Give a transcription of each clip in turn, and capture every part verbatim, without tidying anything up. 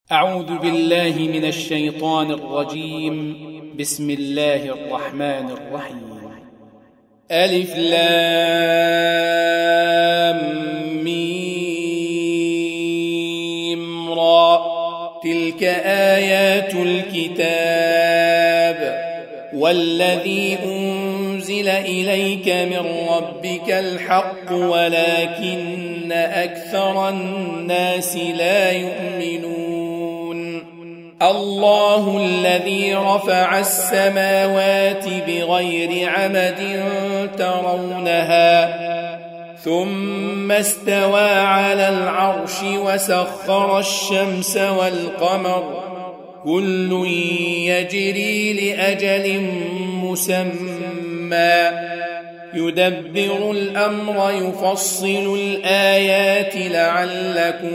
أعوذ بالله من الشيطان الرجيم. بسم الله الرحمن الرحيم. ألف لام ميم را. تلك آيات الكتاب والذي أنزل إليك من ربك الحق ولكن أكثر الناس لا يؤمنون. الله الذي رفع السماوات بغير عمد ترونها ثم استوى على العرش وسخر الشمس والقمر كل يجري لأجل مسمى يدبر الأمر يفصل الآيات لعلكم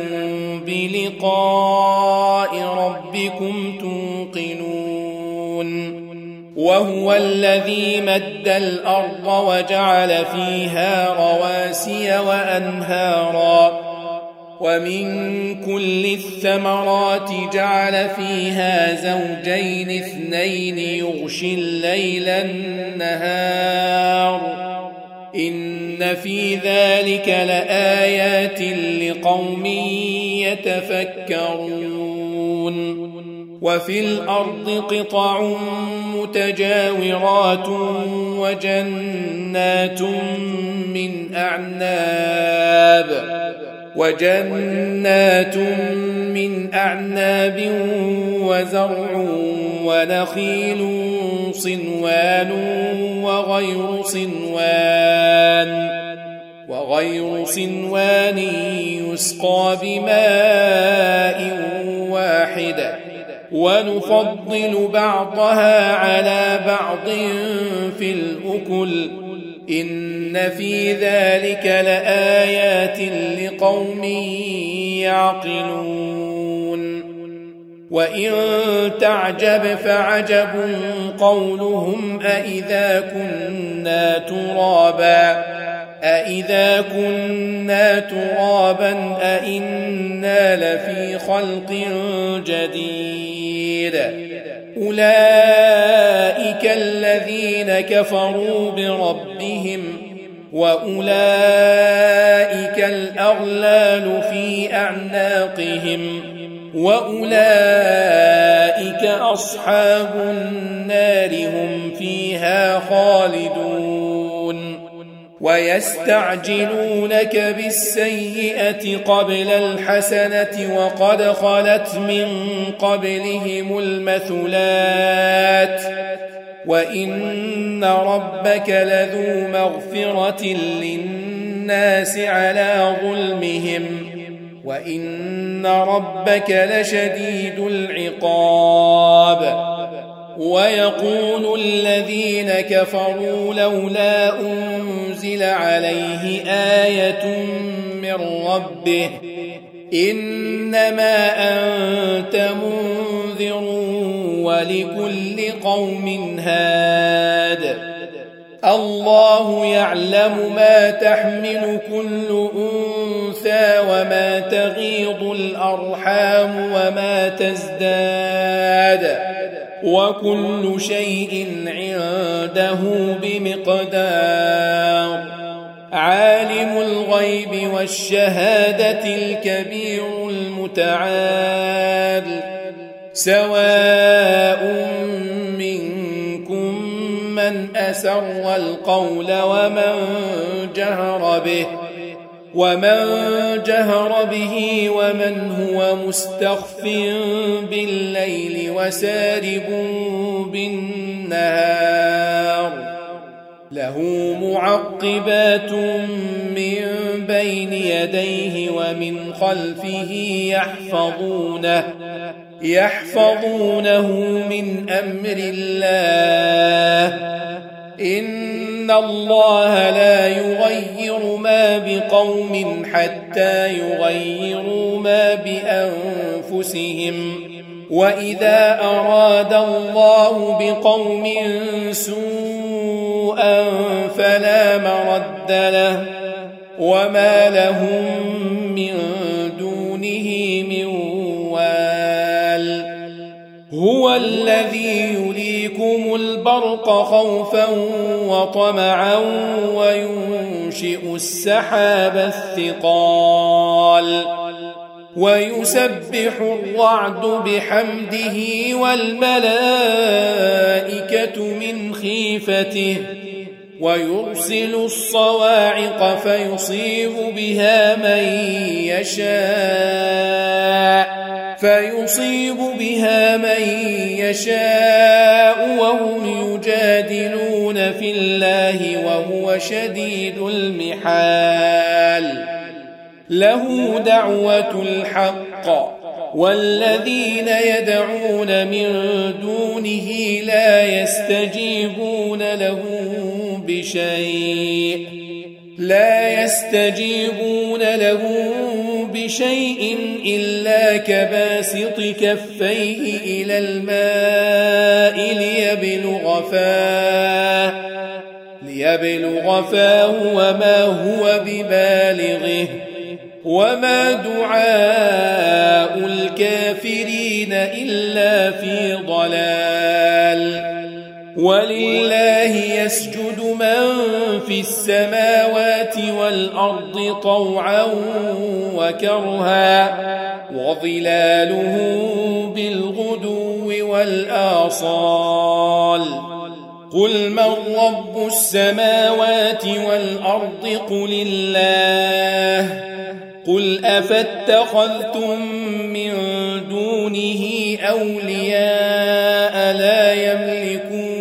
بلقاء ربكم توقنون. وهو الذي مد الأرض وجعل فيها رواسي وأنهارا ومن كل الثمرات جعل فيها زوجين اثنين يغشي الليل النهار إن في ذلك لآيات لقوم يتفكرون. وفي الأرض قطع متجاورات وجنات من أعناب وجنات من أعناب وزرع ونخيل صنوان وغير صنوان وغير صنوان يسقى بماء واحد ونفضل بعضها على بعض في الأكل إن في ذلك لآيات لقوم يعقلون. وإن تعجب فعجب قولهم أإذا كنا ترابا أإذا كنا ترابا أإنا لفي خلق جديد أولئك الذين كفروا بربهم وأولئك الأغلال في أعناقهم وأولئك أصحاب النار هم فيها خالدون. ويستعجلونك بالسيئة قبل الحسنة وقد خلت من قبلهم المثلات وإن ربك لذو مغفرة للناس على ظلمهم وإن ربك لشديد العقاب. ويقول الذين كفروا لولا أنزل عليه آية من ربه إنما أنت منذر ولكل قوم هاد. الله يعلم ما تحمل كل أنثى وما تغيض الأرحام وما تزداد وكل شيء عنده بمقدار. عالم الغيب والشهادة الكبير المتعال. سواء منكم من أسر القول ومن جهر به ومن جهر به ومن هو مستخف بالليل وسارب بالنهار له معقبات من بين يديه ومن خلفه يحفظونه يحفظونه من أمر الله إن الله لا يغير ما بقوم حتى يغيروا ما بأنفسهم وإذا أراد الله بقوم سوءا فلا مرد له وما لهم من دونه من وال هو الذي يريكم البرق خوفا وطمعا وينشئ السحاب الثقال ويسبح الرعد بحمده والملائكة من خيفته ويرسل الصواعق فيصيب بها من يشاء فيصيب بها من يشاء وهم يجادلون في الله وهو شديد المحال له دعوة الحق والذين يدعون من دونه لا يستجيبون له بشيء لا يستجيبون له بشيء إلا كباسط كفيه إلى الماء ليبلغ فاه ليبلغ فاه وما هو ببالغه وما دعاء الكافرين إلا في ضلال ولله يسجد من في السماوات والأرض طوعا وكرها وظلاله بالغدو والآصال قل من رب السماوات والأرض قل الله قل أفاتخذتم من دونه أولياء لا يملكون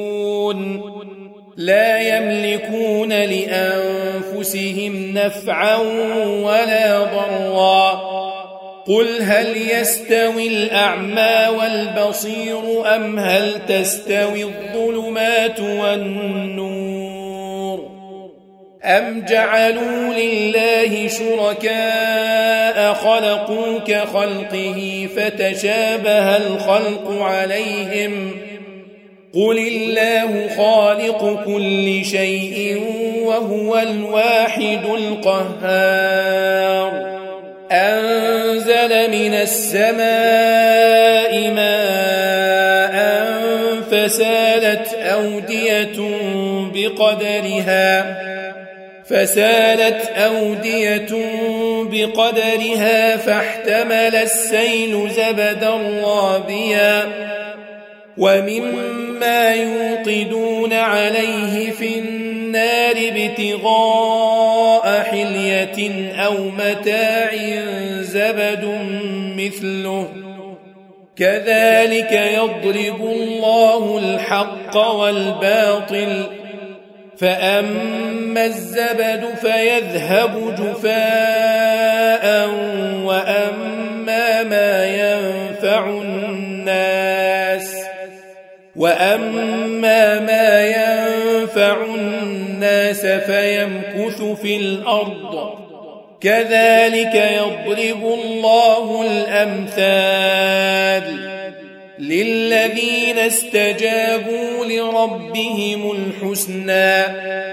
لا يملكون لأنفسهم نفعا ولا ضرا قل هل يستوي الأعمى والبصير أم هل تستوي الظلمات والنور أم جعلوا لله شركاء خلقوا كخلقه فتشابه الخلق عليهم قل الله خالق كل شيء وهو الواحد القهار أنزل من السماء ماء فسالت أودية بقدرها فسالت أودية بقدرها فاحتمل السيل زبدا رابيا ومما يوقدون عليه في النار ابتغاء حلية أو متاع زبد مثله كذلك يضرب الله الحق والباطل فأما الزبد فيذهب جفاء وأما ما ينفع الناس وأما ما ينفع الناس فيمكث في الأرض كذلك يضرب الله الأمثال للذين استجابوا لربهم الحسنى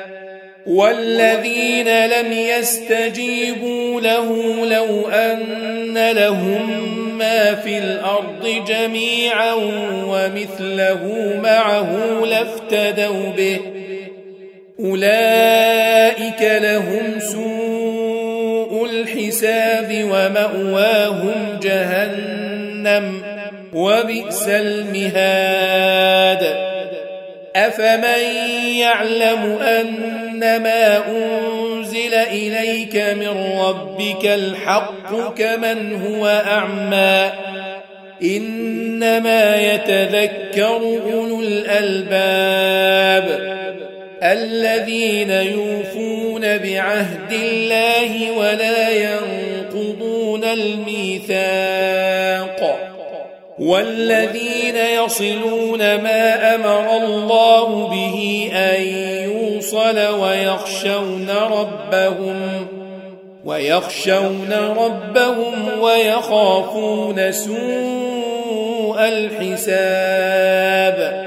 والذين لم يستجيبوا له لو أن لهم ما في الأرض جميعا ومثله معه لافتدوا به أولئك لهم سوء الحساب ومأواهم جهنم وبئس المهاد أفمن يعلم أنما أنزل إليك من ربك الحق كمن هو أعمى إنما يتذكر أولو الألباب الذين يوفون بعهد الله ولا ينقضون الميثاق والذين يصلون ما أمر الله به أن يوصل ويخشون ربهم ويخشون ربهم ويخافون سوء الحساب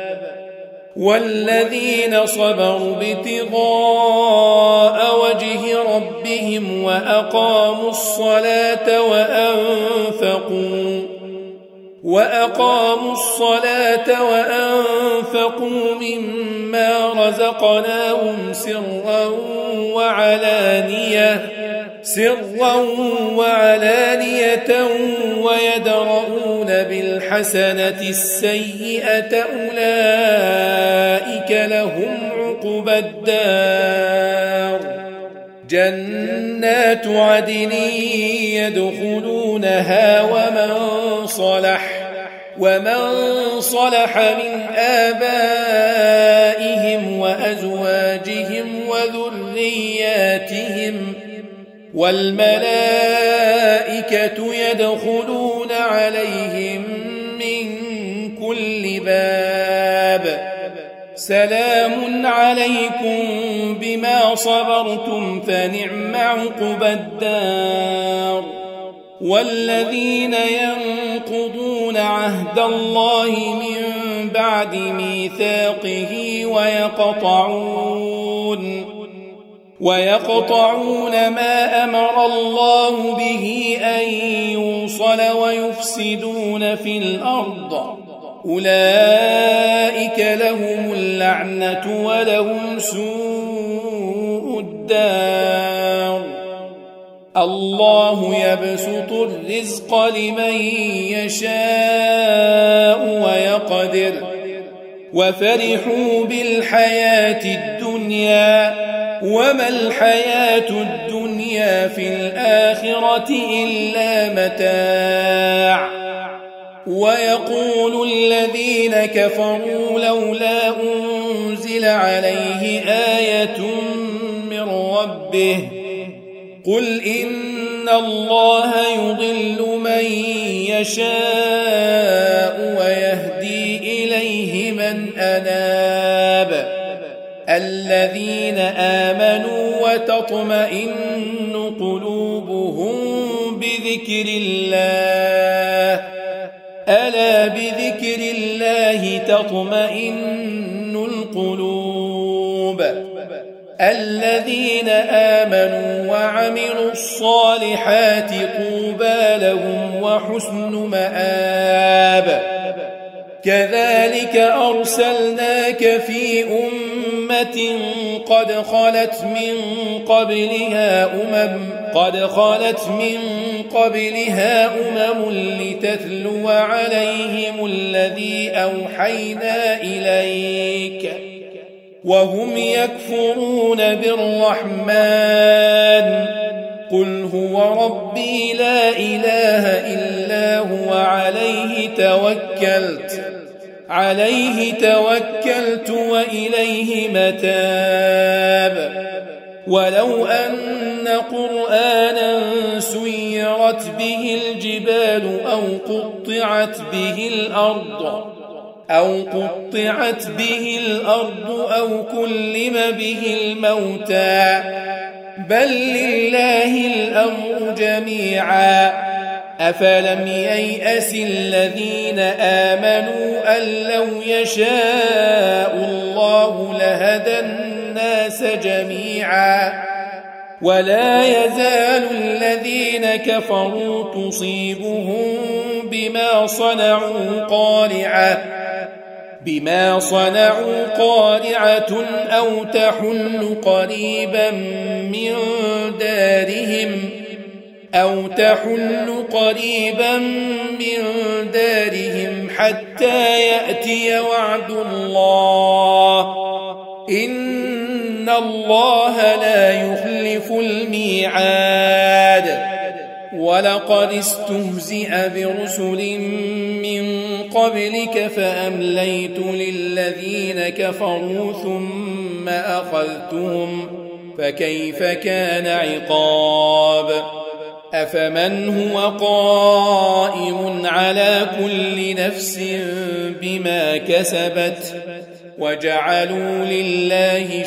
والذين صبروا ابتغاء وجه ربهم وأقاموا الصلاة وأنفقوا وأقاموا الصلاة وأنفقوا مما رزقناهم سرا وعلانية سرا وعلانية ويدرؤون بالحسنة السيئة أولئك لهم عقبى الدار جنات عدن يدخلونها ومن صلح ومن صلح من آبائهم وأزواجهم وذرياتهم والملائكة يدخلون عليهم من كل باب سلام عليكم بما صبرتم فنعم عقبى الدار والذين ينقضون عهد الله من بعد ميثاقه ويقطعون ويقطعون ما أمر الله به أن يوصل ويفسدون في الأرض أولئك لهم اللعنة ولهم سوء الدار الله يبسط الرزق لمن يشاء ويقدر وفرحوا بالحياة الدنيا وما الحياة الدنيا في الآخرة إلا متاع ويقول الذين كفروا لولا أنزل عليه آية من ربه قل إن الله يضل من يشاء ويهدي إليه من أناب الذين آمنوا وتطمئن قلوبهم بذكر الله ألا بذكر الله تطمئن القلوب الذين آمنوا وعملوا الصالحات طوبى لهم وحسن مآب كذلك أرسلناك في أمة قد خلت من قبلها أمم قد خلت من قبلها أمم لتتلو عليهم الذي أوحينا إليك وهم يكفرون بالرحمن قل هو ربي لا إله إلا هو عليه توكلت عليه توكلت وإليه متاب ولو أن قرآنا سيرت به الجبال أو قطعت به الأرض أو قطعت به الأرض أو كلم به الموتى بل لله الأمر جميعا أفلم ييأس الذين آمنوا أن لو يشاء الله لهدى الناس جميعا ولا يزال الذين كفروا تصيبهم بما صنعوا قارعة بما صنعوا قارعة أو تحل قريبا من دارهم أو تحل قريبا من دارهم حتى يأتي وعد الله إن الله لا يخلف الميعاد ولقد استهزئ برسل من قبلك فأمليت للذين كفروا ثم أخذتهم فكيف كان عقاب أفمن هو قائم على كل نفس بما كسبت وجعلوا لله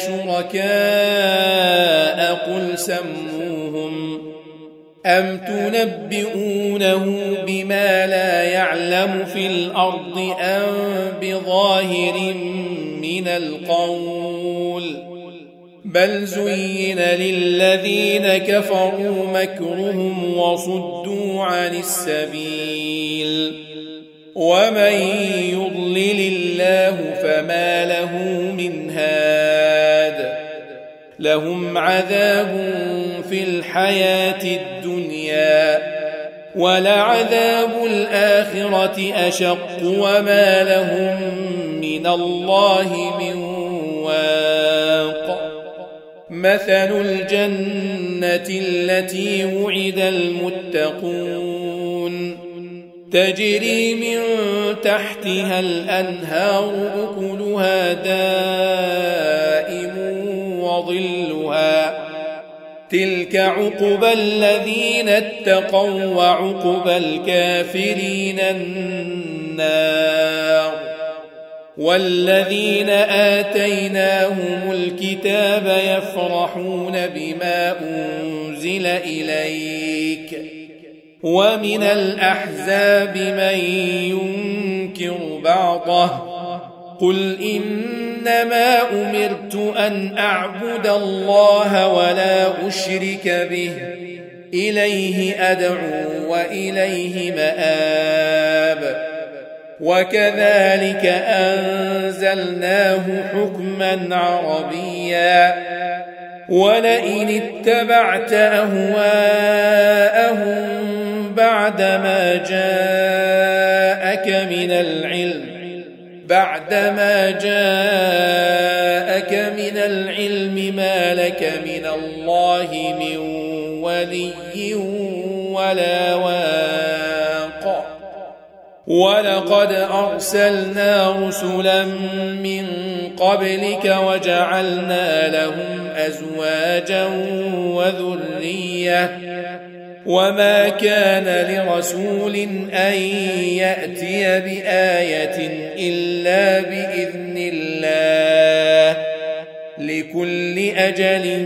شركاء قل سموهم أم تنبئونه بما لا يعلم في الأرض أم بظاهر من القول بل زين للذين كفروا مكرهم وصدوا عن السبيل ومن يضلل الله فما له من هاد لهم عذاب في الحياة الدنيا ولعذاب الآخرة أشق وما لهم من الله من واق مثل الجنة التي وعد المتقون تجري من تحتها الأنهار أكلها دائم وظلها تلك عقبى الذين اتقوا وعقبى الكافرين النار والذين آتيناهم الكتاب يفرحون بما أنزل إليك ومن الأحزاب من ينكر بعضه قل إنما أمرت أن أعبد الله ولا أشرك به إليه أدعو وإليه مآب وكذلك أنزلناه حكما عربيا ولئن اتبعت أهواءهم بعدما جاءك من العلم بعدما جاءك من العلم ما لك من الله من ولي ولا واق ولقد أرسلنا رسلا من قبلك وجعلنا لهم أزواجا وذرية وما كان لرسول أن يأتي بآية إلا بإذن الله لكل أجل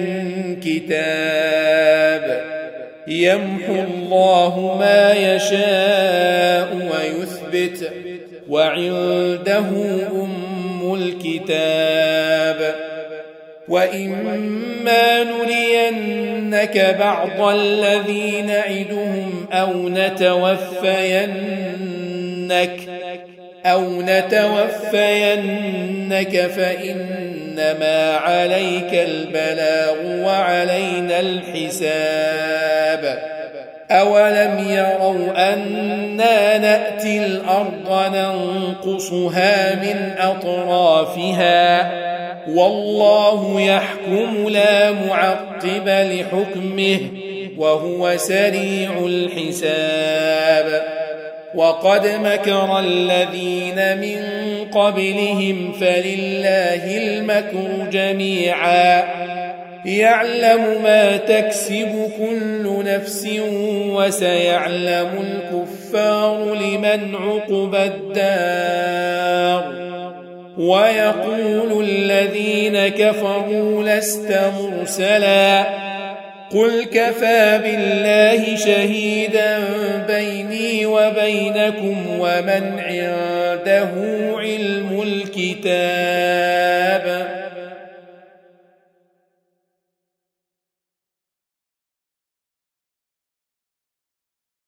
كتاب يمحو الله ما يشاء ويثبت وعنده أم الكتاب وإما نرينك بعض الذي نعدهم أو نتوفينك أو نتوفينك فإنما عليك البلاغ وعلينا الحساب أولم يروا أنا نأتي الأرض ننقصها من أطرافها والله يحكم لا معقب لحكمه وهو سريع الحساب وقد مكر الذين من قبلهم فلله المكر جميعا يعلم ما تكسب كل نفس وسيعلم الكفار لمن عقبى الدار ويقول الذين كفروا لست مرسلا قل كفى بالله شهيدا بيني وبينكم ومن عنده علم الكتاب